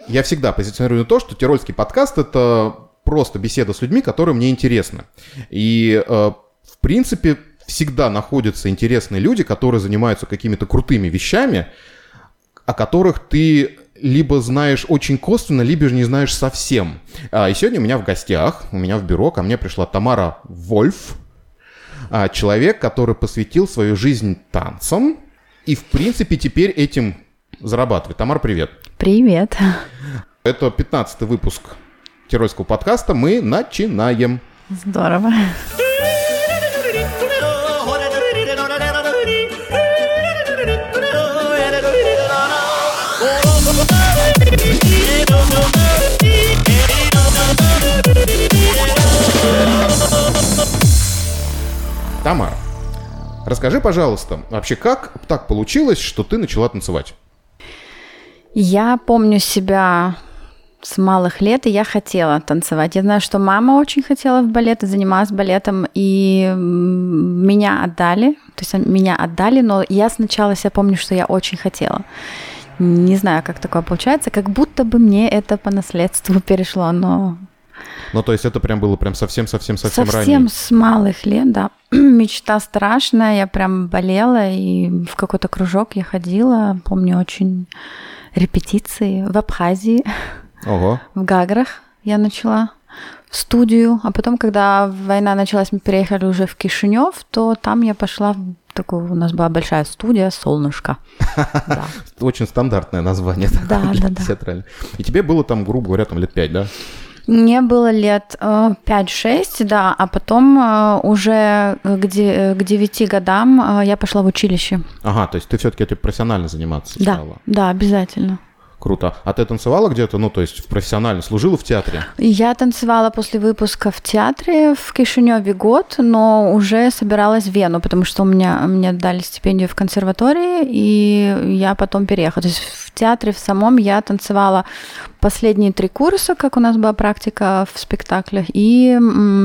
Я всегда позиционирую то, что тирольский подкаст — это просто беседа с людьми, которые мне интересны. И, в принципе, всегда находятся интересные люди, которые занимаются какими-то крутыми вещами, о которых ты либо знаешь очень косвенно, либо же не знаешь совсем. И сегодня у меня в гостях, у меня в бюро, ко мне пришла Тамара Вольф, человек, который посвятил свою жизнь танцам и, в принципе, теперь этим зарабатывает. Тамара, привет. Привет. Это 15-й выпуск тирольского подкаста. Мы начинаем. Здорово. Тамара, расскажи, пожалуйста, вообще как так получилось, что ты начала танцевать? Я помню себя с малых лет, и я хотела танцевать. Я знаю, что мама очень хотела в балет и занималась балетом, и меня отдали, но я сначала себя помню, что я очень хотела. Не знаю, как такое получается, как будто бы мне это по наследству перешло, но... Ну, то есть это прям было прям совсем ранее? Совсем с малых лет, да. Мечта страшная, я прям болела, и в какой-то кружок я ходила, помню, очень репетиции в Абхазии, Ого. в Гаграх я начала в студию, а потом, когда война началась, мы переехали уже в Кишинев, то там я пошла в такую, у нас была большая студия «Солнышко». Очень стандартное название. Да. И тебе было там, грубо говоря, лет 5, да? Мне было лет 5-6, да, а потом уже к 9 годам я пошла в училище. Ага, то есть ты все-таки этим профессионально заниматься стала? Да, обязательно. Круто. А ты танцевала где-то, то есть профессионально, служила в театре? Я танцевала после выпуска в театре в Кишиневе год, но уже собиралась в Вену, потому что мне дали стипендию в консерватории, и я потом переехала. То есть в театре в самом я танцевала последние 3 курса, как у нас была практика в спектаклях, и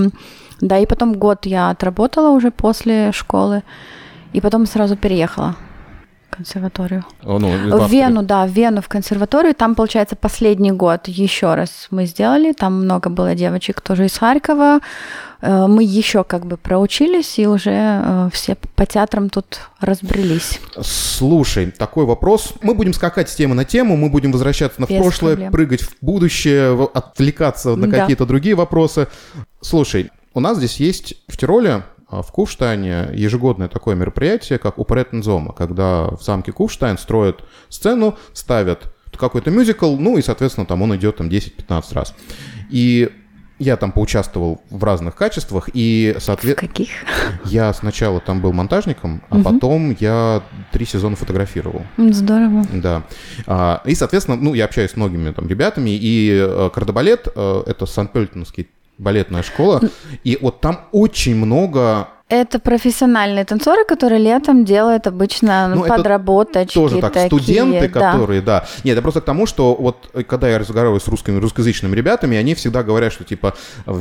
потом год я отработала уже после школы, и потом сразу переехала в консерваторию. В Вену в консерваторию. Там, получается, последний год еще раз мы сделали. Там много было девочек тоже из Харькова. Мы еще проучились, и уже все по театрам тут разбрелись. Слушай, такой вопрос. Мы будем скакать с темы на тему, мы будем возвращаться в прошлое, проблем. Прыгать в будущее, отвлекаться на какие-то другие вопросы. Слушай, у нас здесь есть в Тироле, в Куфштайне, ежегодное такое мероприятие, как Опереттен Зома, когда в замке Куфштайн строят сцену, ставят какой-то мюзикл, и, соответственно, там он идет 10-15 раз. И я там поучаствовал в разных качествах, и, соответственно... В каких? Я сначала там был монтажником, а потом я 3 сезона фотографировал. Здорово. Да. И, соответственно, я общаюсь с многими ребятами, и кардебалет, это Санкт-Пельтенский балетная школа, и вот там очень много... Это профессиональные танцоры, которые летом делают обычно подработочки. Тоже так, такие, студенты, которые, да. Нет, это просто к тому, что вот когда я разговариваю с русскоязычными ребятами, они всегда говорят, что типа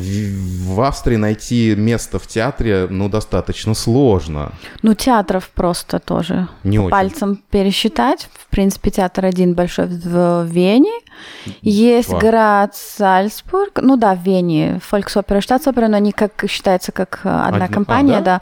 в Австрии найти место в театре, достаточно сложно. Театров просто тоже не очень. Пальцем пересчитать. В принципе, театр один большой в Вене. Есть Грац, Зальцбург. В Вене Фольксопера, Штатсопера, но они считаются как одна компания. Да,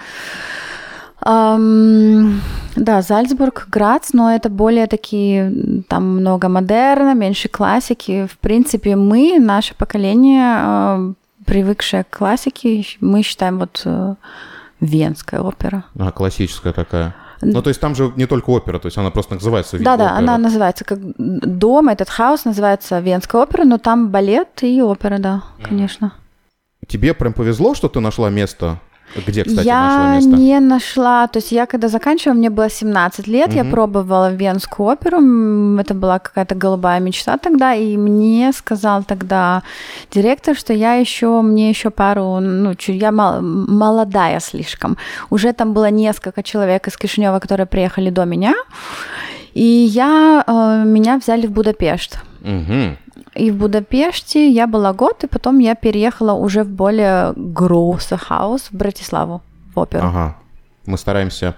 Зальцбург, Грац, но это более такие, там много модерна, меньше классики. В принципе, наше поколение, привыкшее к классике, мы считаем Венская опера. Классическая такая. То есть там же не только опера, то есть она просто называется опера. Да, она называется как дом, этот хаус называется Венская опера, но там балет и опера, да, конечно. Тебе прям повезло, что ты нашла место? Где, кстати, нашла Я место? не нашла, то есть я когда заканчивала, мне было 17 лет, я пробовала Венскую оперу, это была какая-то голубая мечта тогда, и мне сказал тогда директор, что мне еще пару, я молодая слишком. Уже там было несколько человек из Кишинева, которые приехали до меня, и меня взяли в Будапешт. И в Будапеште я была год, и потом я переехала уже в более große Haus в Братиславу, в оперу. Ага. Мы стараемся в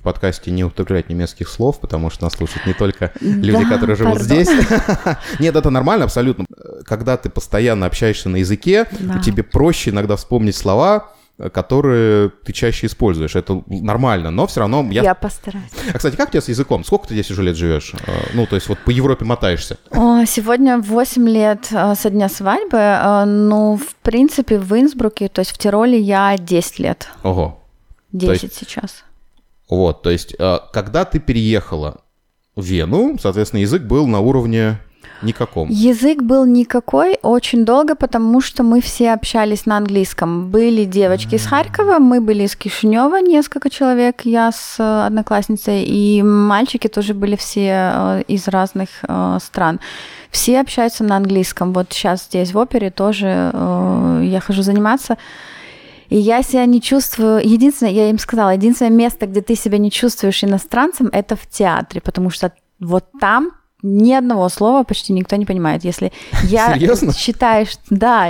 подкасте не употреблять немецких слов, потому что нас слушают не только люди, которые живут здесь. Нет, это нормально абсолютно. Когда ты постоянно общаешься на языке, тебе проще иногда вспомнить слова, которые ты чаще используешь. Это нормально, но все равно... Я постараюсь. А, кстати, как у тебя с языком? Сколько ты здесь уже лет живешь? Ну, то есть вот по Европе мотаешься. Сегодня 8 лет со дня свадьбы. Ну, в принципе, в Инсбруке, то есть в Тироле я 10 лет. Ого. 10 сейчас. Вот, то есть когда ты переехала в Вену, соответственно, язык был на уровне... Никаком. Язык был никакой очень долго, потому что мы все общались на английском. Были девочки из Харькова, мы были из Кишинева, несколько человек, я с одноклассницей, и мальчики тоже были все из разных стран. Все общаются на английском. Вот сейчас здесь в опере тоже я хожу заниматься. И я себя не чувствую... Единственное, я им сказала, единственное место, где ты себя не чувствуешь иностранцем, это в театре, потому что вот там ни одного слова почти никто не понимает. Если я считаю, что... Да,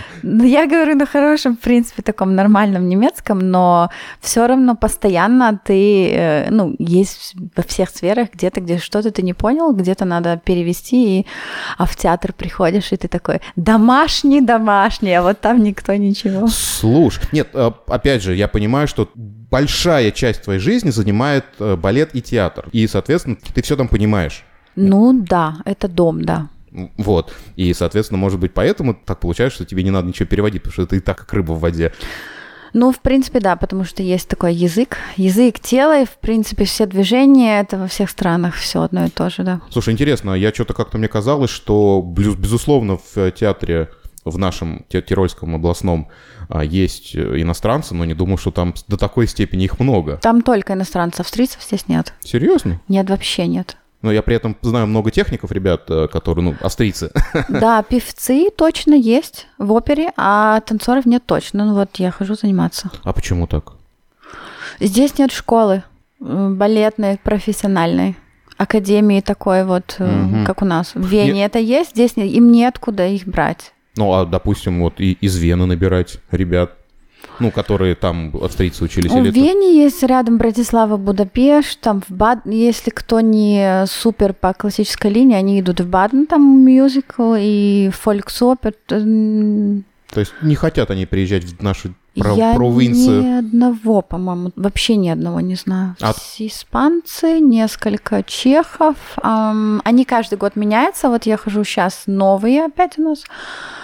я говорю на хорошем, в принципе, таком нормальном немецком, но все равно постоянно ты... Ну, есть во всех сферах где-то, где что-то ты не понял, где-то надо перевести, а в театр приходишь, и ты такой домашний, а вот там никто ничего. Слушай, нет, опять же, я понимаю, что большая часть твоей жизни занимает балет и театр, и, соответственно, ты все там понимаешь. Ну да, это дом, да. Вот, и, соответственно, может быть, поэтому так получается, что тебе не надо ничего переводить, потому что ты и так как рыба в воде. Ну, в принципе, да, потому что есть такой язык, тело, и, в принципе, все движения, это во всех странах все одно и то же, да. Слушай, интересно, я что-то как-то мне казалось, что, безусловно, в театре, в нашем Тирольском областном, есть иностранцы, но не думал, что там до такой степени их много. Там только иностранцы, австрийцев здесь нет. Серьезно? Нет, вообще нет. Но я при этом знаю много техников, ребят, которые, ну, австрийцы. Да, певцы точно есть в опере, а танцоров нет точно. Ну вот я хожу заниматься. А почему так? Здесь нет школы балетной, профессиональной. Академии такой вот, как у нас. В Вене это есть, здесь нет, им неоткуда их брать. Ну, а, допустим, вот и из Вены набирать ребят, ну, которые там австрийцы учились? В Вене есть рядом Братислава, Будапешт, там если кто не супер по классической линии, они идут в Баден, там мюзикл и фольксопер. То есть не хотят они приезжать в нашу провинцию? Я ни одного, по-моему, вообще ни одного не знаю. Испанцы, несколько чехов, они каждый год меняются, вот я хожу сейчас новые опять у нас,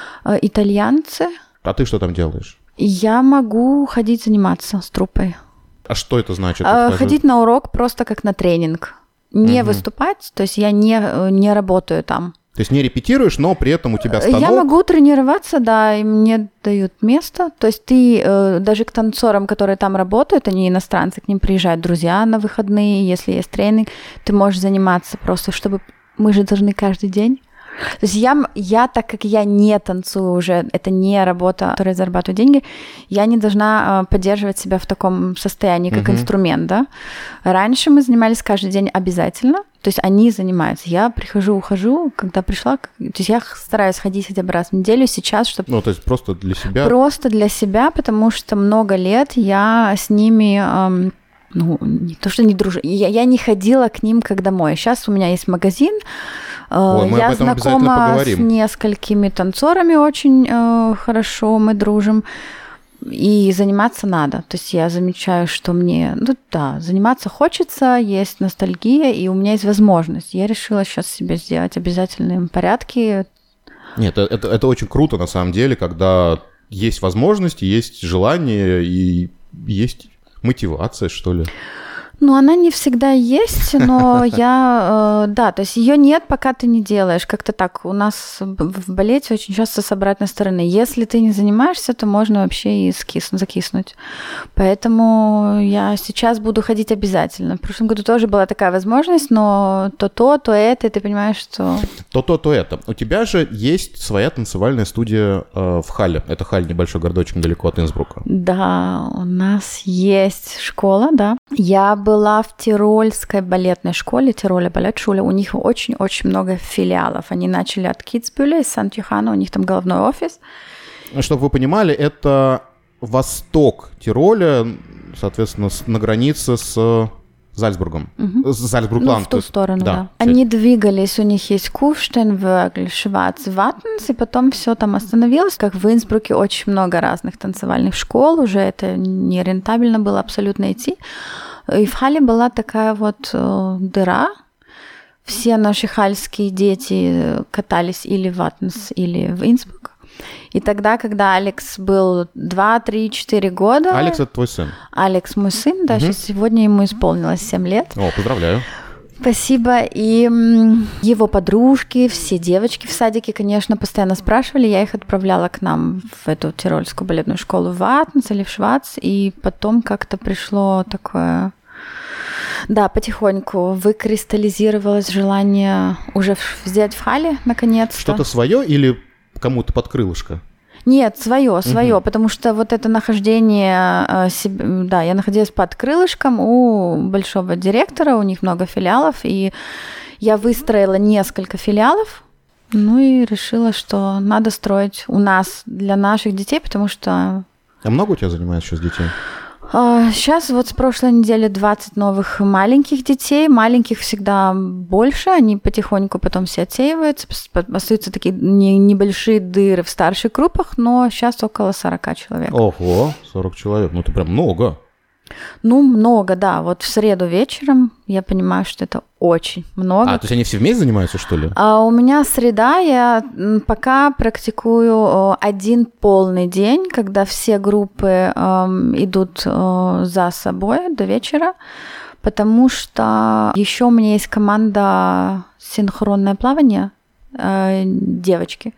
итальянцы. А ты что там делаешь? Я могу ходить заниматься с труппой. А что это значит? Ходить на урок просто как на тренинг. Не выступать, то есть я не работаю там. То есть не репетируешь, но при этом у тебя станок? Я могу тренироваться, да, и мне дают место. То есть ты даже к танцорам, которые там работают, они иностранцы, к ним приезжают друзья на выходные, если есть тренинг, ты можешь заниматься просто, чтобы... Мы же должны каждый день. То есть я, так как я не танцую уже, это не работа, которая зарабатывает деньги, я не должна поддерживать себя в таком состоянии, как инструмент, да. Раньше мы занимались каждый день обязательно, то есть они занимаются. Я прихожу, ухожу, когда пришла, то есть я стараюсь ходить хотя бы раз в неделю сейчас, чтобы... Ну, то есть просто для себя? Просто для себя, потому что много лет я с ними... Ну, не то, что не дружу. Я не ходила к ним как домой. Сейчас у меня есть магазин. Я знакома с несколькими танцорами очень хорошо, мы дружим. И заниматься надо. То есть я замечаю, что мне... Ну да, заниматься хочется, есть ностальгия, и у меня есть возможность. Я решила сейчас себе сделать обязательные порядки. Нет, это очень круто на самом деле, когда есть возможность, есть желание и есть... мотивация, что ли? Ну, она не всегда есть, но да, то есть ее нет, пока ты не делаешь. Как-то так. У нас в балете очень часто с обратной стороны. Если ты не занимаешься, то можно вообще и закиснуть. Поэтому я сейчас буду ходить обязательно. В прошлом году тоже была такая возможность, но то это, и ты понимаешь, что... То это. У тебя же есть своя танцевальная студия в Халле. Это Халь, небольшой городочек недалеко от Инсбрука. Да, у нас есть школа, да. Я была в Тирольской балетной школе, Тироля балет-шуле. У них очень-очень много филиалов. Они начали от Китсбюля, из Сант-Юхана, у них там головной офис. Чтобы вы понимали, это восток Тироля, соответственно, на границе с Зальцбургом. Зальцбургланд. В ту сторону, да. Кстати. Они двигались, у них есть Куфштейн, Вёгль, Швац, Ваттенс, и потом все там остановилось. Как в Инсбруке очень много разных танцевальных школ, уже это не рентабельно было абсолютно идти. И в Хале была такая вот дыра. Все наши хальские дети катались или в Ваттенс, или в Инсбрук. И тогда, когда Алекс был 2, 3, 4 года... Алекс — это твой сын? Алекс мой сын, да, сейчас сегодня ему исполнилось 7 лет. О, поздравляю. Спасибо. И его подружки, все девочки в садике, конечно, постоянно спрашивали. Я их отправляла к нам в эту тирольскую балетную школу в Ваттенс или в Швац. И потом как-то пришло такое... Да, потихоньку выкристаллизировалось желание уже сделать в Хале, наконец-то. Что-то свое или кому-то под крылышко? Нет, свое, потому что вот это нахождение, да, я находилась под крылышком у большого директора, у них много филиалов, и я выстроила несколько филиалов, ну и решила, что надо строить у нас для наших детей, потому что... А много у тебя занимает сейчас детей? Сейчас вот с прошлой недели 20 новых маленьких детей. Маленьких всегда больше, они потихоньку потом все отсеиваются, остаются такие небольшие дыры в старших группах, но сейчас около 40 человек. Ого, 40 человек, ну это прям много. Ну, много, да. Вот в среду вечером я понимаю, что это очень много. То есть они все вместе занимаются, что ли? У меня среда, я пока практикую один полный день, когда все группы идут за собой до вечера, потому что еще у меня есть команда синхронное плавание, девочки.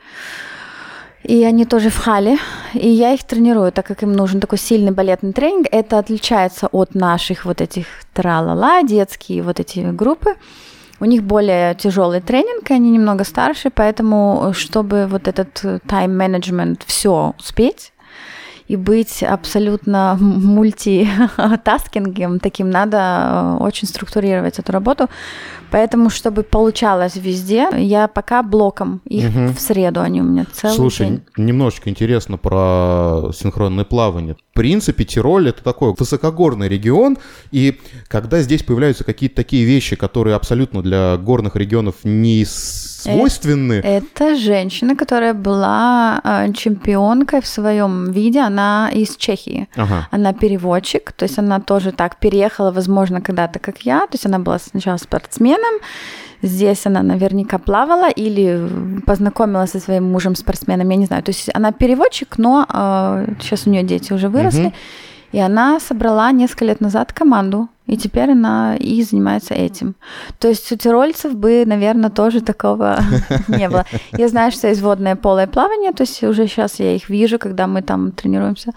И они тоже в Хале, и я их тренирую, так как им нужен такой сильный балетный тренинг. Это отличается от наших вот этих тра-ла-ла, детские вот эти группы. У них более тяжелый тренинг, и они немного старше, поэтому, чтобы вот этот тайм-менеджмент все успеть и быть абсолютно мультитаскингом, таким надо очень структурировать эту работу. Поэтому, чтобы получалось везде, я пока блоком их в среду, они у меня целый день. Слушай, немножечко интересно про синхронное плавание. В принципе, Тироль — это такой высокогорный регион, и когда здесь появляются какие-то такие вещи, которые абсолютно для горных регионов не свойственны... Это женщина, которая была чемпионкой в своем виде, она из Чехии. Ага. Она переводчик, то есть она тоже так переехала, возможно, когда-то, как я, то есть она была сначала спортсменом, здесь она наверняка плавала или познакомилась со своим мужем-спортсменом, я не знаю. То есть она переводчик, но сейчас у нее дети уже выросли, и она собрала несколько лет назад команду, и теперь она и занимается этим. То есть у тирольцев бы, наверное, тоже такого не было. Я знаю, что есть водное полое плавание, то есть уже сейчас я их вижу, когда мы там тренируемся.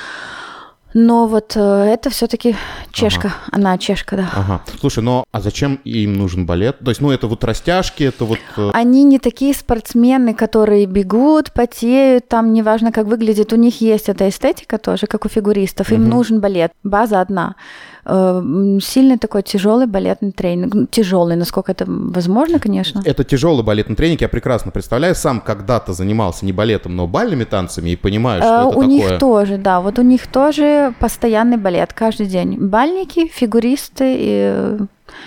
Но вот это все-таки чешка, она чешка, да. Ага. Слушай, а зачем им нужен балет? То есть, это вот растяжки, это вот... Они не такие спортсмены, которые бегут, потеют, там неважно, как выглядит. У них есть эта эстетика тоже, как у фигуристов. Им нужен балет, база одна. Сильный такой тяжелый балетный тренинг. Тяжелый, насколько это возможно, конечно. Это тяжелый балетный тренинг, я прекрасно представляю. Сам когда-то занимался не балетом, но бальными танцами, и понимаю, что это у такое. У них тоже, да. Вот у них тоже постоянный балет каждый день. Бальники, фигуристы и...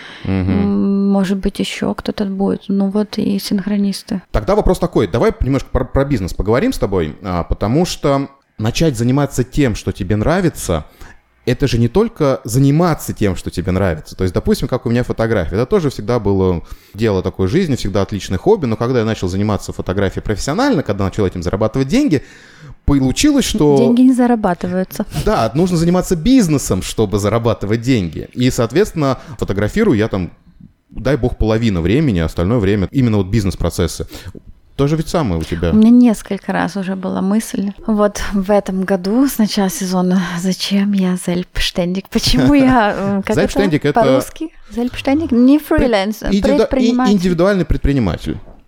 Может быть, еще кто-то будет. Ну вот и синхронисты. Тогда вопрос такой. Давай немножко про бизнес поговорим с тобой, потому что начать заниматься тем, что тебе нравится, это же не только заниматься тем, что тебе нравится. То есть, допустим, как у меня фотография. Это тоже всегда было дело такой жизни, всегда отличное хобби. Но когда я начал заниматься фотографией профессионально, когда начал этим зарабатывать деньги, получилось, что... Деньги не зарабатываются. Да, нужно заниматься бизнесом, чтобы зарабатывать деньги. И, соответственно, фотографирую я там, дай бог, половину времени, а остальное время именно вот бизнес-процессы. То же ведь самое у тебя. У меня несколько раз уже была мысль. Вот в этом году, с начала сезона, зачем я зельпштендик? Почему я... Как зельпштендик это по-русски? Зельпштендик? Не фриланс, предприниматель. Индивидуальный предприниматель.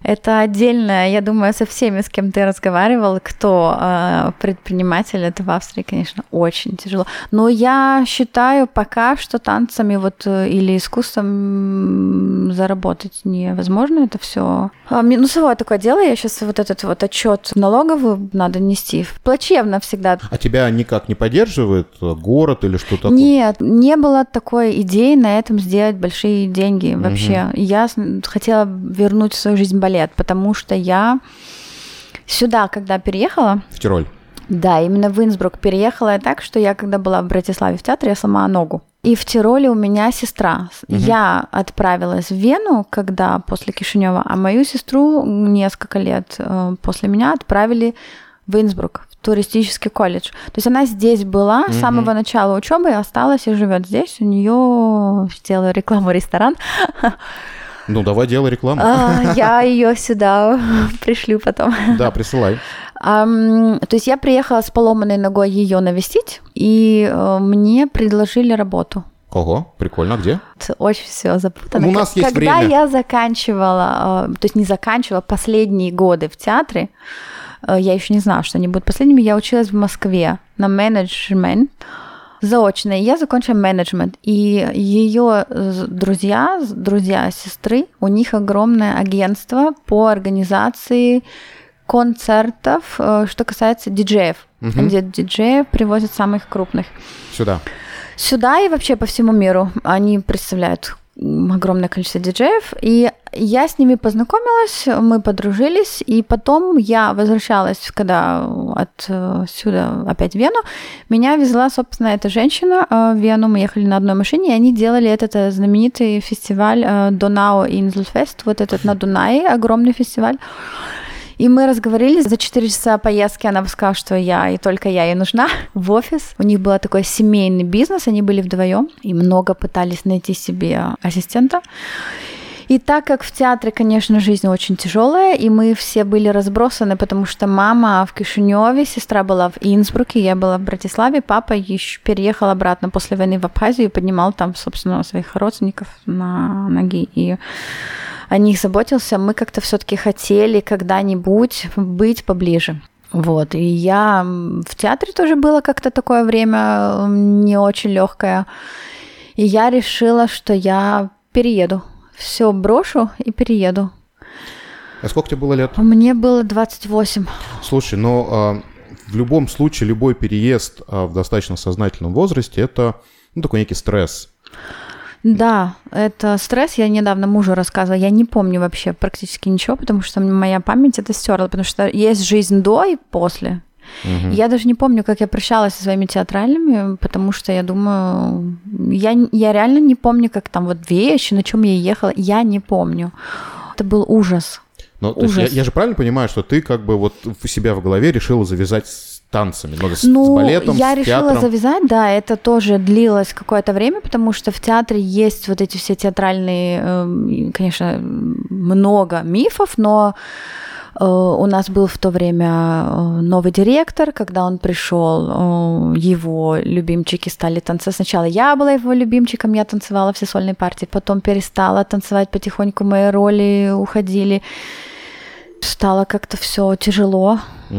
Это отдельно, я думаю, со всеми, с кем ты разговаривал, кто предприниматель, это в Австрии, конечно, очень тяжело. Но я считаю пока, что танцами вот или искусством заработать невозможно. Это все минусовое такое дело. Я сейчас вот этот вот отчет налоговый надо нести. Плачевно всегда. А тебя никак не поддерживает город или что-то такое? Нет, не было такой идеи на этом сделать большие деньги вообще. Я хотела вернуть в свою жизнь балет, потому что я сюда, когда переехала... В Тироль? Да, именно в Инсбрук переехала я так, что я, когда была в Братиславе в театре, я сломала ногу. И в Тироле у меня сестра. Я отправилась в Вену, когда после Кишинева, а мою сестру несколько лет после меня отправили в Инсбрук, в туристический колледж. То есть она здесь была с самого начала учебы, осталась и живет здесь. У нее, сделаю рекламу, ресторан. Ну, давай делай рекламу. Я ее сюда пришлю потом. Да, присылай. То есть я приехала с поломанной ногой ее навестить, и мне предложили работу. Ого, прикольно. Где? Очень все запутано. У нас есть время. Когда я заканчивала, то есть не заканчивала последние годы в театре, я еще не знала, что они будут последними, я училась в Москве на менеджмент. Заочно. Я закончила менеджмент. И ее друзья сестры, у них огромное агентство по организации концертов, что касается диджеев. Где диджеев привозят самых крупных. Сюда и вообще по всему миру. Они представляют огромное количество диджеев, и я с ними познакомилась, мы подружились, и потом я возвращалась, когда отсюда опять в Вену, меня везла, собственно, эта женщина в Вену, мы ехали на одной машине, и они делали этот знаменитый фестиваль Donau Inselfest, вот этот на Дунае, огромный фестиваль. И мы разговорились. За 4 часа поездки она сказала, что я и только я ей нужна в офис. У них был такой семейный бизнес, они были вдвоем и много пытались найти себе ассистента. И так как в театре, конечно, жизнь очень тяжелая, и мы все были разбросаны, потому что мама в Кишиневе, сестра была в Инсбруке, я была в Братиславе, папа еще переехал обратно после войны в Абхазию и поднимал там, собственно, своих родственников на ноги. И о них заботился, мы как-то все-таки хотели когда-нибудь быть поближе. Вот, и я в театре тоже было как-то такое время не очень легкое. И я решила, что я перееду. Все брошу и перееду. А сколько тебе было лет? Мне было 28. Слушай, но в любом случае любой переезд в достаточно сознательном возрасте – это такой некий стресс. Да, это стресс. Я недавно мужу рассказывала. Я не помню вообще практически ничего, потому что моя память это стерла, потому что есть жизнь до и после. Я даже не помню, как я прощалась со своими театральными, потому что я думаю, я реально не помню, как там вот вещи, на чем я ехала, я не помню. Это был ужас. Ну, то есть я же правильно понимаю, что ты как бы вот у себя в голове решила завязать с танцами, с балетом, я с решила театром. завязать, да, это тоже длилось какое-то время, потому что в театре есть вот эти все театральные, конечно, много мифов, но у нас был в то время новый директор, когда он пришел, его любимчики стали танцевать. Сначала я была его любимчиком, я танцевала все сольные партии, потом перестала танцевать, потихоньку мои роли уходили. Стало как-то все тяжело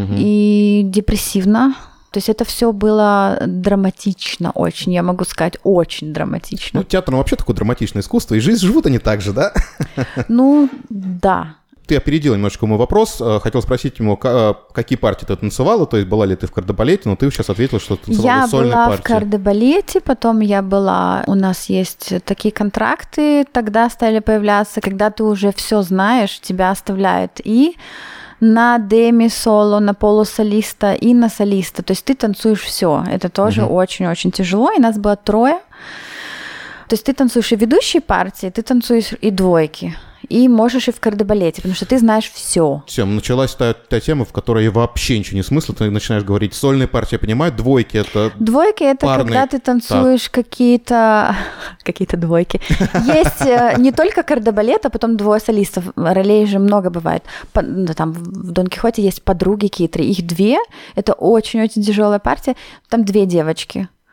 и депрессивно. То есть это все было драматично очень, я могу сказать, очень драматично. Ну, театр вообще такое драматичное искусство, и жизнь живут они так же, да? Ну, да. Ты опередила немножечко мой вопрос. Хотел спросить ему, какие партии ты танцевала, то есть была ли ты в кардебалете, но ты сейчас ответила, что ты танцевала сольные партии. Я была в кардебалете, потом я была... У нас есть такие контракты, тогда стали появляться, когда ты уже все знаешь, тебя оставляют и на деми-соло, на полусолиста и на солиста. То есть ты танцуешь все. Это тоже очень-очень тяжело, и нас было 3. То есть ты танцуешь и ведущие партии, ты танцуешь и двойки. И можешь и в кардебалете, потому что ты знаешь все. Все, началась та тема, в которой вообще ничего не смысла. Ты начинаешь говорить, сольные партии, я понимаю, двойки это... Двойки это парные, когда ты танцуешь какие-то двойки. Есть не только кардебалет, а потом 2 солистов. Ролей же много бывает. Там в Дон Кихоте есть подруги какие-то, их 2. Это очень-очень тяжелая партия. Там 2 девочки.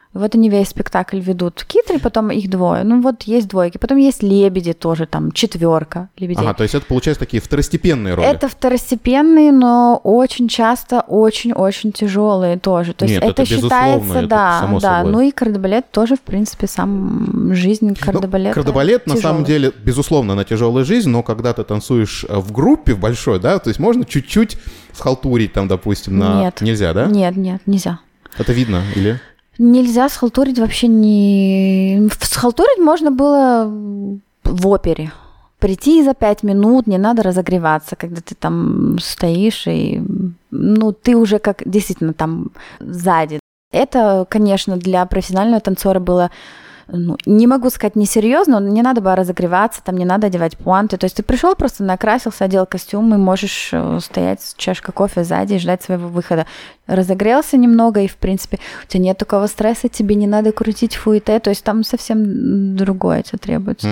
Вот они весь спектакль ведут китры, потом их двое. Ну вот есть двойки, потом есть лебеди тоже, там 4 лебедей. Ага, то есть это, получается, такие второстепенные роли? Это второстепенные, но очень часто очень-очень тяжелые тоже. То есть Нет, это считается, это само собой. Ну и кардебалет тоже, в принципе, сам жизнь кардебалета. Кардебалет, на самом деле, безусловно, на тяжелая жизнь, но когда ты танцуешь в группе, в большой, да, то есть можно чуть-чуть схалтурить там, допустим, на... Нет. Нельзя, да? Нет, нельзя. Это видно, или... Нельзя схалтурить вообще не... Схалтурить можно было в опере. Прийти за 5 минут, не надо разогреваться, когда ты там стоишь, и ну, ты уже как действительно там сзади. Это, конечно, для профессионального танцора было, ну, не могу сказать несерьезно, но не надо было разогреваться, там не надо одевать пуанты. То есть ты пришел, просто накрасился, одел костюм, и можешь стоять с чашкой кофе сзади и ждать своего выхода. Разогрелся немного, и, в принципе, у тебя нет такого стресса, тебе не надо крутить фуэте, то есть там совсем другое тебе требуется.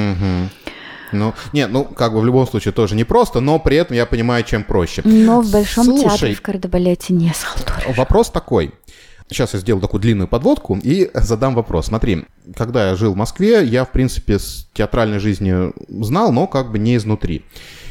Ну, нет, ну, как бы в любом случае тоже непросто, но при этом я понимаю, чем проще. Но в Большом театре в кардебалете не схалтуришь. Вопрос такой. Сейчас я сделаю такую длинную подводку и задам вопрос. Смотри, когда я жил в Москве, я, в принципе, с театральной жизнью знал, но как бы не изнутри.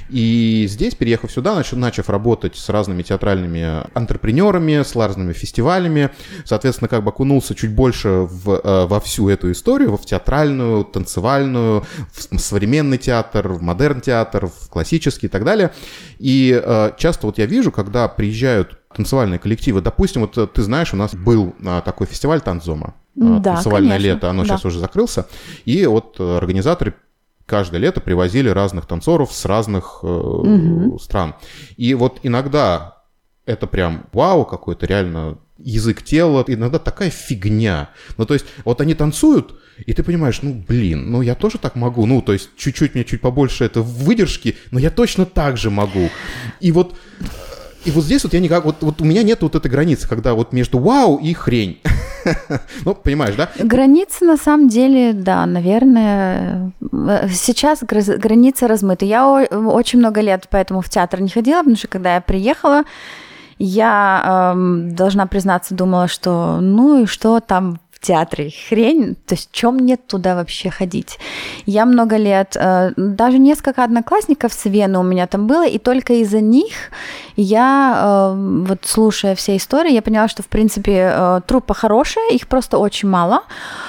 И здесь, переехав сюда, начав работать с разными театральными антрепренерами, с разными фестивалями, соответственно, как бы окунулся чуть больше во всю эту историю, в театральную, танцевальную, в современный театр, в модерн-театр, в классический и так далее. И часто вот я вижу, когда приезжают танцевальные коллективы, допустим, вот ты знаешь, у нас был такой фестиваль «Танцзома», танцевальное лето, оно сейчас уже закрылся, и вот организаторы каждое лето привозили разных танцоров с разных стран. И вот иногда это прям вау, какой-то реально язык тела, иногда такая фигня. Ну, то есть, вот они танцуют, и ты понимаешь, ну, блин, ну, я тоже так могу. Ну, то есть, чуть-чуть мне чуть побольше это выдержки, но я точно так же могу. И вот здесь вот я никак... Вот у меня нет вот этой границы, когда вот между вау и хрень. Ну, понимаешь, да? Границы, на самом деле, да, наверное, сейчас границы размыты. Я очень много лет поэтому в театр не ходила, потому что когда я приехала, я, должна признаться, думала, что ну и что там в театре, хрень, то есть чем мне туда вообще ходить? Я много лет, даже несколько одноклассников с Вены у меня там было, и только из-за них я, вот слушая все истории, я поняла, что, в принципе, труппа хорошая, их просто очень мало.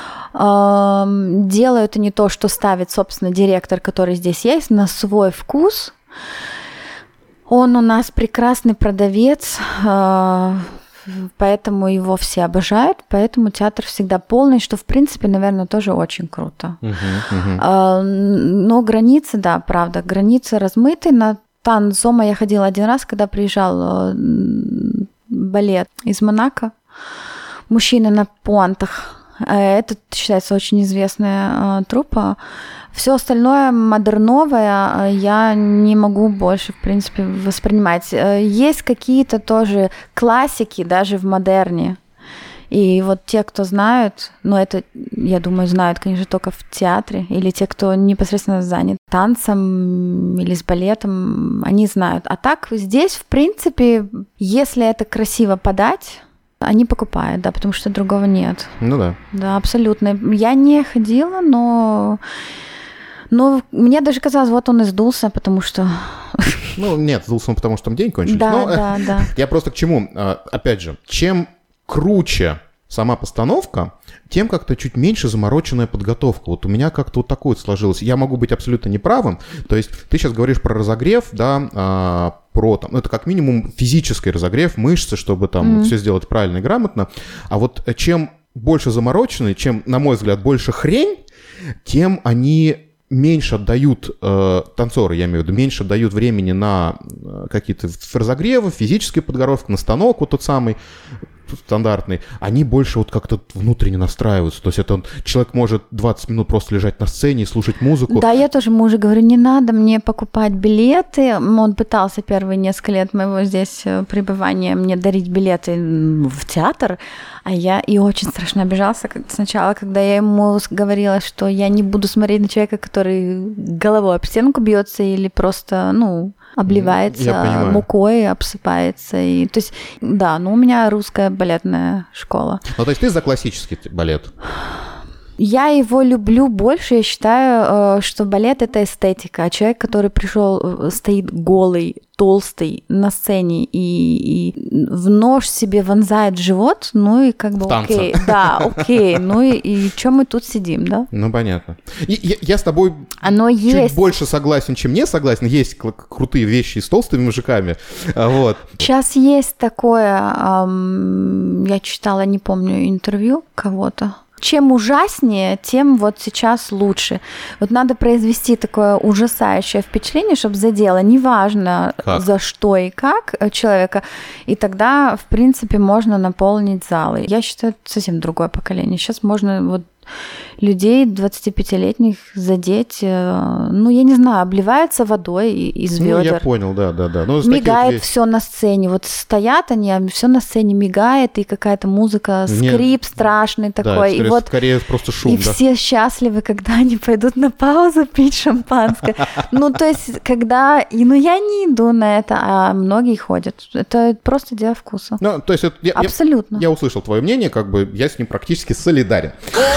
Делают они то, что ставит, собственно, директор, который здесь есть, на свой вкус. Он у нас прекрасный продавец, поэтому его все обожают, поэтому театр всегда полный, что, в принципе, наверное, тоже очень круто. Но границы, да, правда, границы размыты. На Танцзома я ходила один раз, когда приезжал балет из Монако. Мужчины на пуантах. Это считается очень известная труппа. Все остальное модерновое я не могу больше, в принципе, воспринимать. Есть какие-то тоже классики даже в модерне. И вот те, кто знают, но это, я думаю, знают, конечно, только в театре, или те, кто непосредственно занят танцем или с балетом, они знают. А так здесь, в принципе, если это красиво подать, они покупают, да, потому что другого нет. Ну да. Да, абсолютно. Я не ходила, но мне даже казалось, вот он и сдулся, потому что... Ну, нет, сдулся он, потому что там день кончился. Да. Я просто к чему? Опять же, чем круче сама постановка, тем как-то чуть меньше замороченная подготовка. Вот у меня как-то вот такое сложилось. Я могу быть абсолютно неправым. То есть ты сейчас говоришь про разогрев, да, про там, это как минимум физический разогрев мышцы, чтобы там все сделать правильно и грамотно. А вот чем больше замороченный, чем, на мой взгляд, больше хрень, тем они меньше отдают, танцоры, я имею в виду, меньше отдают времени на какие-то разогревы, физическую подготовку, на станок вот тот самый стандартный, они больше вот как-то внутренне настраиваются. То есть это человек может 20 минут просто лежать на сцене и слушать музыку. Да, я тоже мужу говорю, не надо мне покупать билеты. Он пытался первые несколько лет моего здесь пребывания мне дарить билеты в театр, а я и очень страшно обижался сначала, когда я ему говорила, что я не буду смотреть на человека, который головой об стенку бьется или просто, обливается мукой, обсыпается. И, то есть, да, у меня русская балетная школа. Ну, то есть ты за классический балет? Я его люблю больше, я считаю, что балет — это эстетика, а человек, который пришел, стоит голый, толстый на сцене и в нож себе вонзает живот, и как бы окей. Да, окей, и что мы тут сидим, да? Ну, понятно. Я с тобой чуть больше согласен, чем не согласен. Есть крутые вещи с толстыми мужиками, вот. Сейчас есть такое, я читала, не помню, интервью кого-то. Чем ужаснее, тем вот сейчас лучше. Вот надо произвести такое ужасающее впечатление, чтобы задело, неважно за что и как человека, и тогда, в принципе, можно наполнить залы. Я считаю, это совсем другое поколение. Сейчас можно вот людей 25-летних задеть, я не знаю, обливается водой из ведер. Я понял, да. Мигает все на сцене. Вот стоят они, а все на сцене мигает, и какая-то музыка, скрип страшный такой. Да, скорее просто шум. И все счастливы, когда они пойдут на паузу пить шампанское. То есть, когда... я не иду на это, а многие ходят. Это просто дело вкуса. То есть, абсолютно. Я услышал твое мнение, как бы я с ним практически солидарен.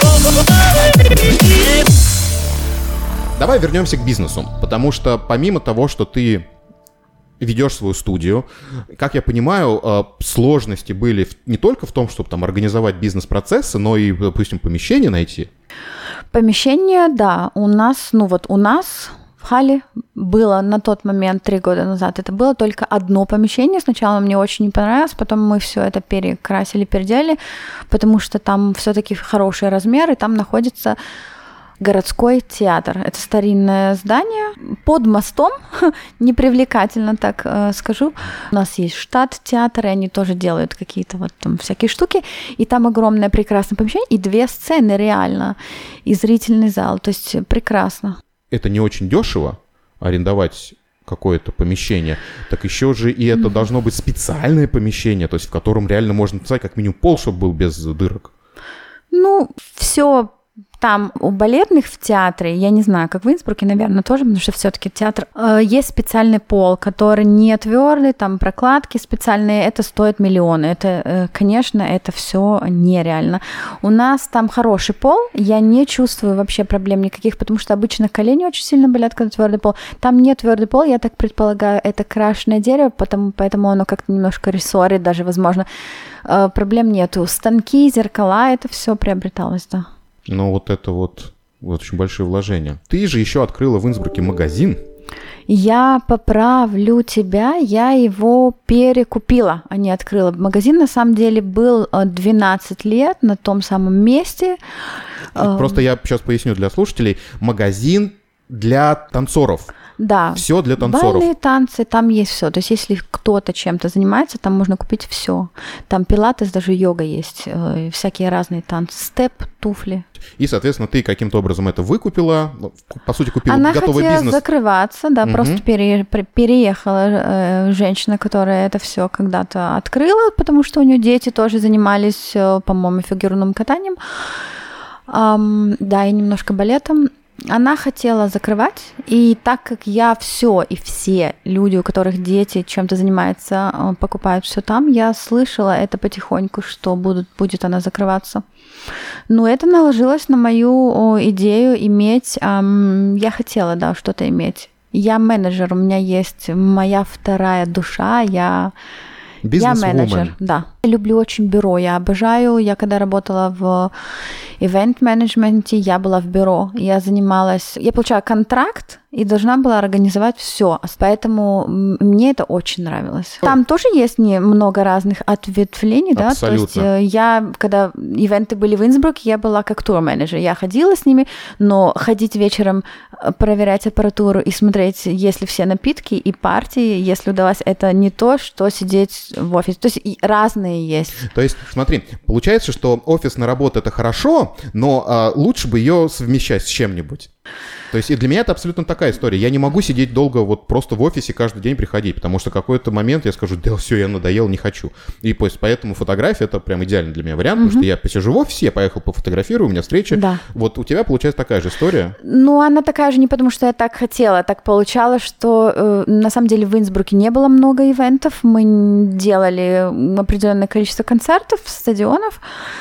Давай вернемся к бизнесу, потому что помимо того, что ты ведешь свою студию, как я понимаю, сложности были не только в том, чтобы там организовать бизнес-процессы, но и, допустим, помещение найти. Помещение, да, у нас в Хале было на тот момент, 3 года назад, это было только одно помещение. Сначала мне очень не понравилось, потом мы все это перекрасили, переделали, потому что там все-таки хорошие размеры, там находится городской театр. Это старинное здание под мостом, непривлекательно, так скажу. У нас есть штат театра, и они тоже делают какие-то вот там всякие штуки, и там огромное прекрасное помещение, и 2 сцены реально, и зрительный зал, то есть прекрасно. Это не очень дешево арендовать какое-то помещение, так еще же и это должно быть специальное помещение, то есть в котором реально можно написать как минимум пол, чтобы был без дырок. Все там у балетных в театре, я не знаю, как в Инсбруке, наверное, тоже, потому что все-таки театр, есть специальный пол, который не твердый, там прокладки специальные, это стоит миллионы. Это, конечно, это все нереально. У нас там хороший пол, я не чувствую вообще проблем никаких, потому что обычно колени очень сильно болят, когда твердый пол. Там не твердый пол, я так предполагаю, это крашеное дерево, поэтому оно как-то немножко рессорит, даже, возможно, проблем нету. Станки, зеркала, это все приобреталось, да. Вот это вот очень большие вложения. Ты же еще открыла в Инсбруке магазин. Я поправлю тебя, я его перекупила, а не открыла. Магазин, на самом деле, был 12 лет на том самом месте. Просто я сейчас поясню для слушателей. Магазин для танцоров. Да. Все для танцоров. Бальные танцы, там есть все. То есть, если кто-то чем-то занимается, там можно купить все. Там пилатес, даже йога есть, всякие разные танцы, степ, туфли. И, соответственно, ты каким-то образом это выкупила, по сути, купила готовый бизнес. Она хотела закрываться, да, просто переехала женщина, которая это все когда-то открыла, потому что у нее дети тоже занимались, по-моему, фигурным катанием, да, и немножко балетом. Она хотела закрывать, и так как я все и все люди, у которых дети чем-то занимаются, покупают все там, я слышала это потихоньку, что будет она закрываться. Это наложилось на мою идею иметь, я хотела, да, что-то иметь. Я менеджер, у меня есть моя вторая душа, я менеджер, да. Я люблю очень бюро, я обожаю. Я когда работала в ивент-менеджменте, я была в бюро. Я получала контракт и должна была организовать все. Поэтому мне это очень нравилось. Там тоже есть много разных ответвлений, да. Абсолютно. То есть когда ивенты были в Инсбруке, я была как тур-менеджер. Я ходила с ними, но ходить вечером, проверять аппаратуру и смотреть, есть ли все напитки и партии, если удалось, это не то, что сидеть в офисе. То есть разные есть. То есть, смотри, получается, что офисная работа — это хорошо, но лучше бы ее совмещать с чем-нибудь. То есть и для меня это абсолютно такая история. Я не могу сидеть долго вот просто в офисе каждый день приходить, потому что в какой-то момент я скажу, да все, я надоел, не хочу. И поэтому фотография — это прям идеальный для меня вариант, потому что я посижу в офисе, я поехал пофотографирую, у меня встреча. Да. Вот у тебя получается такая же история? Ну, она такая же не потому, что я так хотела. Так получалось, что на самом деле в Инсбруке не было много ивентов. Мы делали определенное количество концертов, стадионов.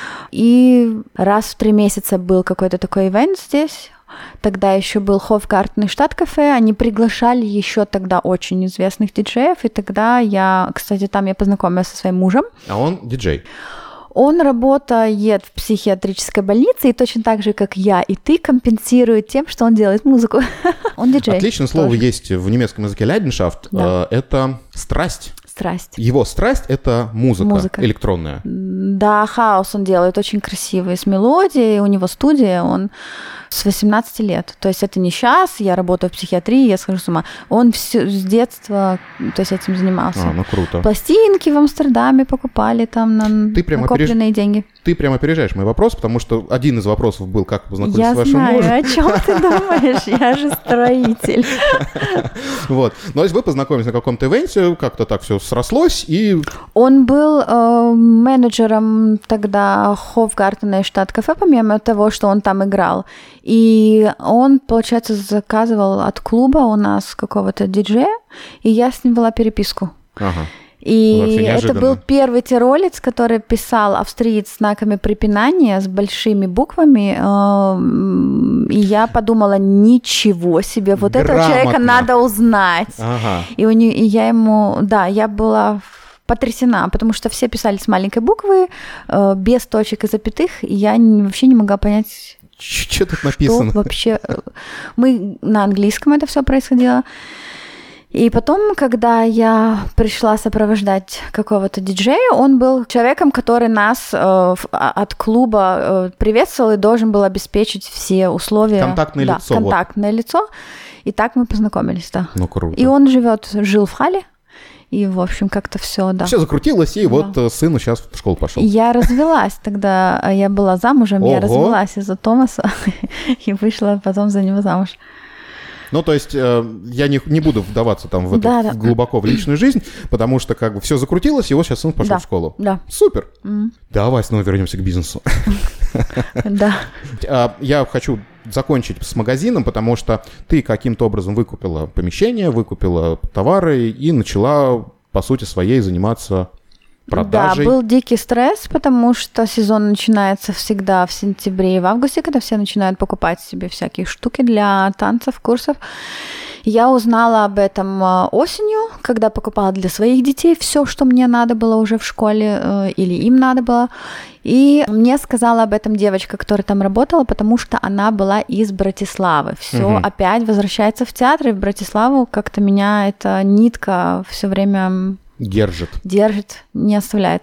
И раз в 3 месяца был какой-то такой ивент здесь. Тогда еще был Hofgarten и Stadtcafé. Они приглашали еще тогда очень известных диджеев. И тогда кстати, там я познакомилась со своим мужем. А он диджей? Он работает в психиатрической больнице и точно так же, как я и ты, компенсирует тем, что он делает музыку. Он диджей. Отличное слово есть в немецком языке Leidenschaft. Да. Это страсть. Страсть. Его страсть — это музыка электронная. Да, хаос он делает очень красивый, с мелодией, у него студия, он с 18 лет. То есть это не сейчас, я работаю в психиатрии, я схожу с ума. Он с детства, то есть этим занимался. Ну круто. Пластинки в Амстердаме покупали там на накопленные деньги. Ты прямо опережаешь мой вопрос, потому что один из вопросов был, как познакомиться с вашим мужем. Я знаю, о чем ты думаешь, я же строитель. Вот. Ну, если вы познакомились на каком-то ивенте, как-то так все срослось, и... Он был менеджером тогда Hofgarten и Stadtcafé, помимо того, что он там играл. И он, получается, заказывал от клуба у нас какого-то диджея, и я с ним вела переписку. Ага. И это был первый тиролец, который писал австриец с знаками препинания, с большими буквами. И я подумала, ничего себе, вот этого человека надо узнать. Ага. И я ему, да, я была потрясена, потому что все писали с маленькой буквы, без точек и запятых, и я вообще не могла понять, что тут написано. Что вообще. Мы на английском это все происходило. И потом, когда я пришла сопровождать какого-то диджея, он был человеком, который нас от клуба приветствовал и должен был обеспечить все условия. Контактное лицо. Контактное лицо. И так мы познакомились, да. Ну, круто. И он жил в Халле. И, в общем, как-то все, да. Все закрутилось, и вот сын сейчас в школу пошел. Я развелась тогда, я была замужем, я развелась из-за Томаса и вышла потом за него замуж. Ну, то есть я не буду вдаваться там в эту глубоко в личную жизнь, потому что как бы все закрутилось, и вот сейчас сын пошел в школу. Да. Супер. Давай снова вернемся к бизнесу. Да. Я хочу закончить с магазином, потому что ты каким-то образом выкупила помещение, выкупила товары и начала, по сути своей, заниматься продажей. Да, был дикий стресс, потому что сезон начинается всегда в сентябре и в августе, когда все начинают покупать себе всякие штуки для танцев, курсов. Я узнала об этом осенью, когда покупала для своих детей все, что мне надо было уже в школе или им надо было. И мне сказала об этом девочка, которая там работала, потому что она была из Братиславы. Все опять возвращается в театр, и в Братиславу как-то меня эта нитка все время... Держит, не оставляет.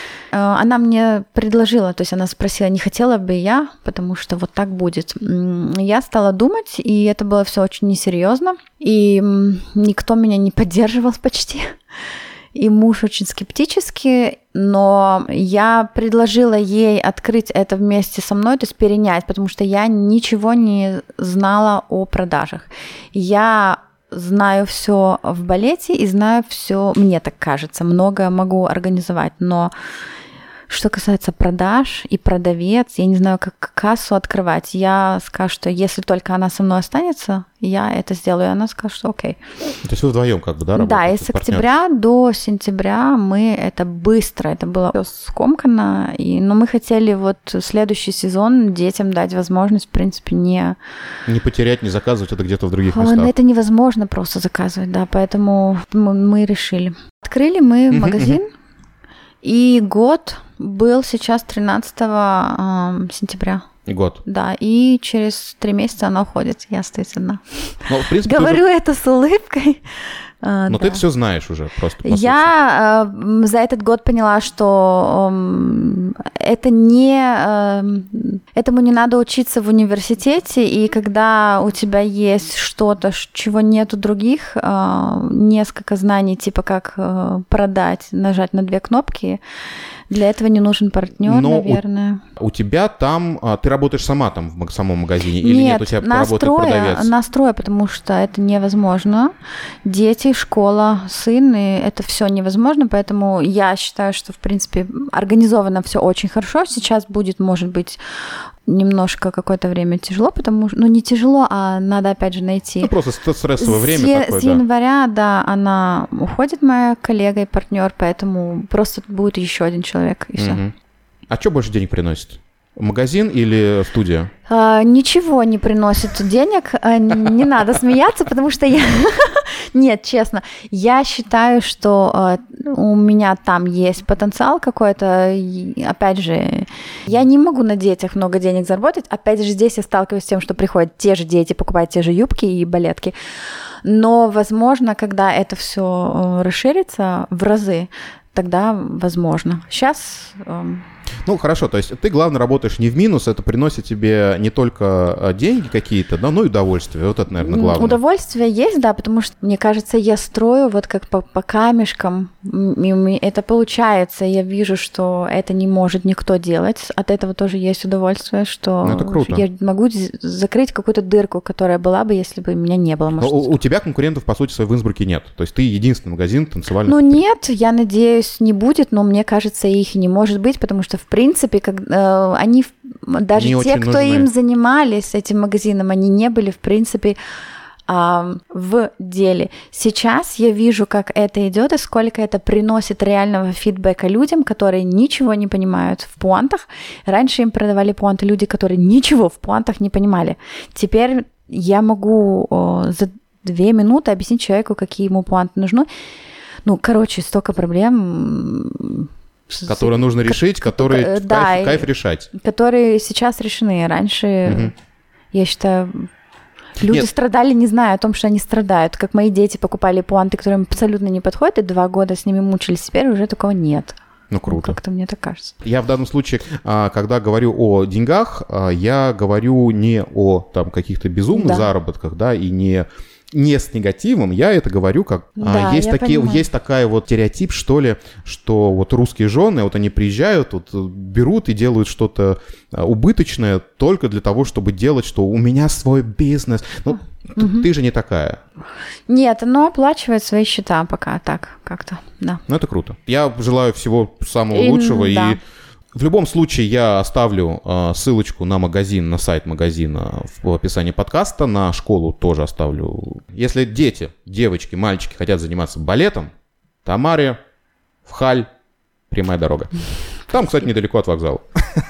Она мне предложила, то есть она спросила, не хотела бы я, потому что вот так будет. Я стала думать, и это было все очень несерьезно, и никто меня не поддерживал почти. И муж очень скептически, но я предложила ей открыть это вместе со мной, то есть перенять, потому что я ничего не знала о продажах. Я знаю все в балете и знаю все, мне так кажется, многое могу организовать, но что касается продаж и продавец, я не знаю, как кассу открывать. Я скажу, что если только она со мной останется, я это сделаю, и она скажет, что окей. То есть вы вдвоем как бы, да, работаете? Да, и с октября до сентября мы это быстро, это было все скомкано, но мы хотели вот следующий сезон детям дать возможность, в принципе, не потерять, не заказывать это где-то в других местах. Это невозможно просто заказывать, да, поэтому мы решили. Открыли мы магазин, и год был сейчас 13 сентября. Год. Да, и через 3 месяца она уходит, я остаюсь одна. Ну, в принципе, говорю это с улыбкой, Но ты это все знаешь уже просто. Я за этот год поняла, что этому не надо учиться в университете, и когда у тебя есть что-то, чего нет у других, несколько знаний, типа как продать, нажать на 2 кнопки, для этого не нужен партнер, наверное. У тебя там, ты работаешь сама там в самом магазине или нет? У тебя работает продавец? Настрой, потому что это невозможно. Дети, школа, сын, и это все невозможно, поэтому я считаю, что, в принципе, организовано все очень хорошо. Сейчас будет, может быть, немножко какое-то время тяжело, потому что, не тяжело, а надо опять же найти. Просто стрессовое время такое, с января, да, она уходит, моя коллега и партнер, поэтому просто будет еще один человек, и все. А что больше денег приносит? Магазин или студия? Ничего не приносит денег, не надо смеяться, потому что я... Нет, честно, я считаю, что у меня там есть потенциал какой-то. Опять же, я не могу на детях много денег заработать. Опять же, здесь я сталкиваюсь с тем, что приходят те же дети, покупают те же юбки и балетки. Но, возможно, когда это все расширится в разы, тогда возможно. Сейчас... Ну, хорошо, то есть ты, главное, работаешь не в минус, это приносит тебе не только деньги какие-то, да, но и удовольствие. Вот это, наверное, главное. Удовольствие есть, да, потому что, мне кажется, я строю вот как по камешкам, и это получается, я вижу, что это не может никто делать, от этого тоже есть удовольствие, что это круто. Я могу закрыть какую-то дырку, которая была бы, если бы меня не было. Может. У тебя конкурентов, по сути, в Инсбруке нет, то есть ты единственный магазин танцевальный. Ну, нет, я надеюсь, не будет, но мне кажется, их не может быть, потому что, в принципе, они, даже не те, кто нужны. им занимались, этим магазином, они не были, в принципе, в деле. Сейчас я вижу, как это идет и сколько это приносит реального фидбэка людям, которые ничего не понимают в пуантах. Раньше им продавали пуанты люди, которые ничего в пуантах не понимали. Теперь я могу за 2 минуты объяснить человеку, какие ему пуанты нужны. Ну, короче, столько проблем... Которые нужно решить, которые кайф решать. Которые сейчас решены. Раньше, я считаю, люди страдали, не зная о том, что они страдают. Как мои дети покупали пуанты, которые им абсолютно не подходят, и 2 года с ними мучились. Теперь уже такого нет. Ну, круто. Как-то мне так кажется. Я в данном случае, когда говорю о деньгах, я говорю не о там, каких-то безумных заработках, да, и не с негативом, я это говорю как... есть такая вот стереотип, что ли, что вот русские жены, вот они приезжают, вот берут и делают что-то убыточное только для того, чтобы делать, что у меня свой бизнес. Ну, ты же не такая. Нет, оно оплачивает свои счета пока так как-то, да. Ну, это круто. Я желаю всего самого лучшего, и в любом случае я оставлю ссылочку на магазин, на сайт магазина в описании подкаста, на школу тоже оставлю. Если дети, девочки, мальчики хотят заниматься балетом, Тамаре, в Халь, прямая дорога. Там, кстати, недалеко от вокзала.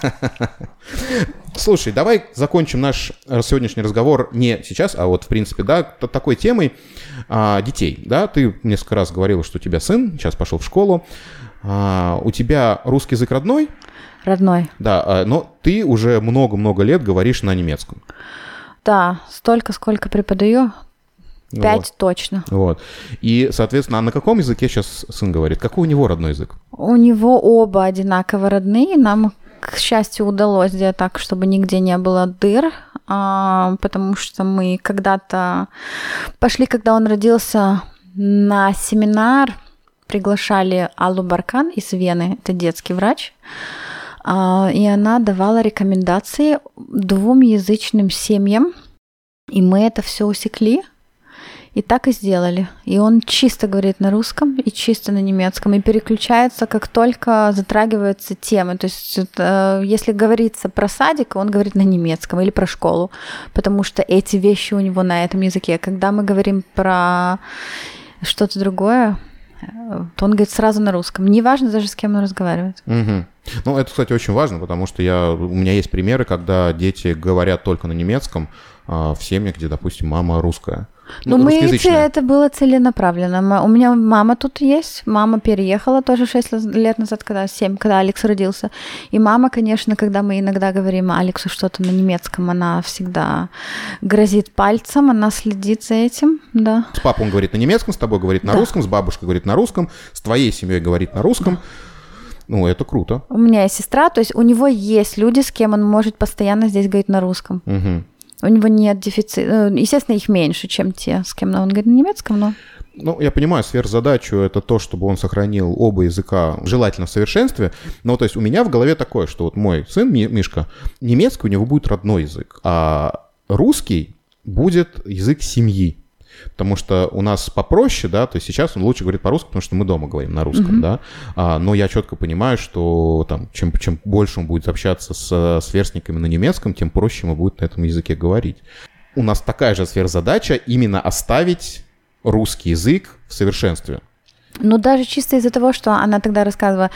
Слушай, давай закончим наш сегодняшний разговор не сейчас, а вот, в принципе, да, такой темой детей. Да? Ты несколько раз говорила, что у тебя сын сейчас пошел в школу. У тебя русский язык родной? Родной. Да, но ты уже много-много лет говоришь на немецком. Да, столько, сколько преподаю. 5 точно. Вот. И, соответственно, а на каком языке сейчас сын говорит? Какой у него родной язык? У него оба одинаково родные. Нам, к счастью, удалось сделать так, чтобы нигде не было дыр, потому что мы когда-то пошли, когда он родился, на семинар, приглашали Аллу Баркан из Вены, это детский врач, и она давала рекомендации 2-язычным семьям, и мы это все усекли, и так и сделали. И он чисто говорит на русском и чисто на немецком, и переключается, как только затрагиваются темы. То есть, если говорится про садик, он говорит на немецком или про школу, потому что эти вещи у него на этом языке. Когда мы говорим про что-то другое, то он говорит сразу на русском. Неважно даже, с кем он разговаривает. Угу. Ну, это, кстати, очень важно, потому что у меня есть примеры, когда дети говорят только на немецком, в семьях, где, допустим, мама русская. Ну, это было целенаправленно. У меня мама тут есть, мама переехала тоже 6 лет назад, когда Алекс родился. И мама, конечно, когда мы иногда говорим Алексу что-то на немецком, она всегда грозит пальцем, она следит за этим, да. С папой он говорит на немецком, с тобой говорит на русском, с бабушкой говорит на русском, с твоей семьей говорит на русском. Ну, это круто. У меня есть сестра, то есть у него есть люди, с кем он может постоянно здесь говорить на русском. Угу. У него нет дефицита. Естественно, их меньше, чем те, с кем он говорит на немецком, но... Ну, я понимаю, сверхзадачу — это то, чтобы он сохранил оба языка желательно в совершенстве. Но, то есть, у меня в голове такое, что вот мой сын, Мишка, немецкий у него будет родной язык, а русский будет язык семьи. Потому что у нас попроще, да, то есть сейчас он лучше говорит по-русски, потому что мы дома говорим на русском, да, но я четко понимаю, что там, чем больше он будет общаться с сверстниками на немецком, тем проще ему будет на этом языке говорить. У нас такая же сверхзадача именно оставить русский язык в совершенстве. Ну, даже чисто из-за того, что она тогда рассказывала,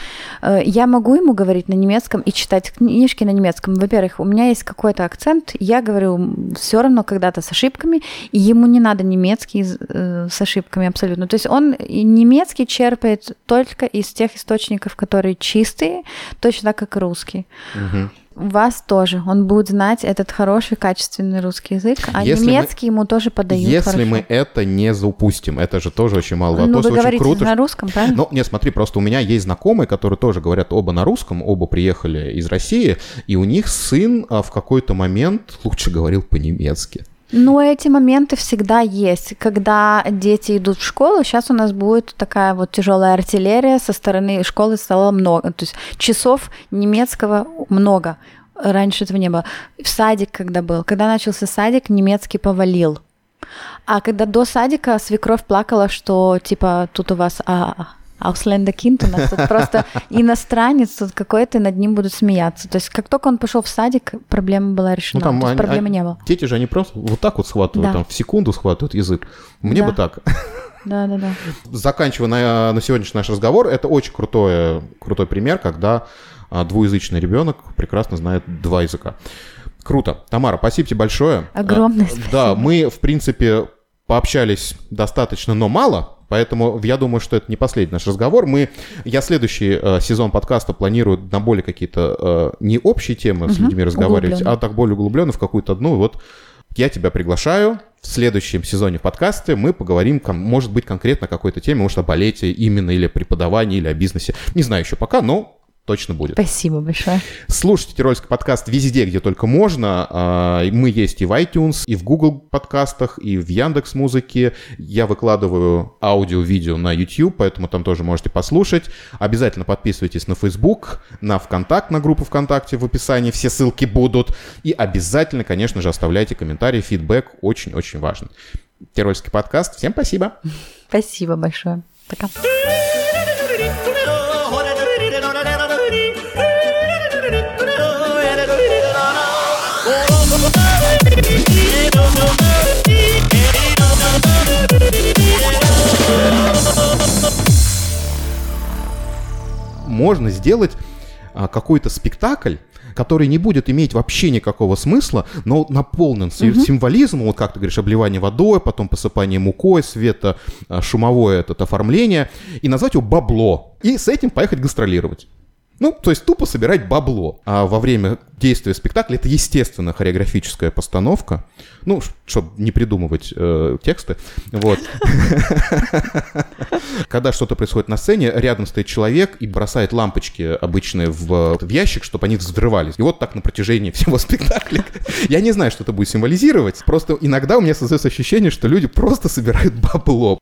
я могу ему говорить на немецком и читать книжки на немецком. Во-первых, у меня есть какой-то акцент, я говорю все равно когда-то с ошибками, и ему не надо немецкий с ошибками абсолютно. То есть он немецкий черпает только из тех источников, которые чистые, точно так, как и русский. Угу. У вас тоже. Он будет знать этот хороший, качественный русский язык, а немецкий ему тоже подают. Если мы это не запустим, это же тоже очень мало вопросов. Ну, вы очень говорите круто, на русском, правильно? Ну, нет, смотри, просто у меня есть знакомые, которые тоже говорят оба на русском, оба приехали из России, и у них сын в какой-то момент лучше говорил по-немецки. Но эти моменты всегда есть. Когда дети идут в школу, сейчас у нас будет такая вот тяжелая артиллерия со стороны школы стало много. То есть часов немецкого много. Раньше этого не было. В садик, когда начался садик, немецкий повалил. А когда до садика свекровь плакала, что типа тут у вас Ausländerkind, у нас тут просто иностранец тут какой-то, и над ним будут смеяться. То есть как только он пошел в садик, проблема была решена. Ну, там проблемы не было. Дети же, они просто вот так вот схватывают, там, в секунду схватывают язык. Мне бы так. Да. Заканчивая на сегодняшний наш разговор, это очень крутой пример, когда двуязычный ребенок прекрасно знает 2 языка. Круто. Тамара, спасибо тебе большое. Огромное спасибо. Да, мы, в принципе, пообщались достаточно, но мало. Поэтому я думаю, что это не последний наш разговор. Я следующий сезон подкаста планирую на более какие-то не общие темы с людьми разговаривать, а так более углубленно в какую-то одну. Вот я тебя приглашаю. В следующем сезоне в подкасте мы поговорим, может быть, конкретно о какой-то теме, может, о балете именно, или о преподавании, или о бизнесе. Не знаю еще пока, но точно будет. Спасибо большое. Слушайте «Тирольский подкаст» везде, где только можно. Мы есть и в iTunes, и в Google подкастах, и в Яндекс.Музыке. Я выкладываю аудио-видео на YouTube, поэтому там тоже можете послушать. Обязательно подписывайтесь на Facebook, на ВКонтакте, на группу ВКонтакте в описании. Все ссылки будут. И обязательно, конечно же, оставляйте комментарии, фидбэк. Очень-очень важен. «Тирольский подкаст». Всем спасибо. Спасибо большое. Пока. Можно сделать какой-то спектакль, который не будет иметь вообще никакого смысла, но наполнен символизмом, вот как ты говоришь, обливание водой, потом посыпание мукой, светошумовое оформление, и назвать его «Бабло», и с этим поехать гастролировать. Ну, то есть тупо собирать бабло. А во время действия спектакля это, естественно, хореографическая постановка. Ну, чтобы не придумывать тексты. Вот. Когда что-то происходит на сцене, рядом стоит человек и бросает лампочки обычные в ящик, чтобы они взрывались. И вот так на протяжении всего спектакля. Я не знаю, что это будет символизировать. Просто иногда у меня создается ощущение, что люди просто собирают бабло.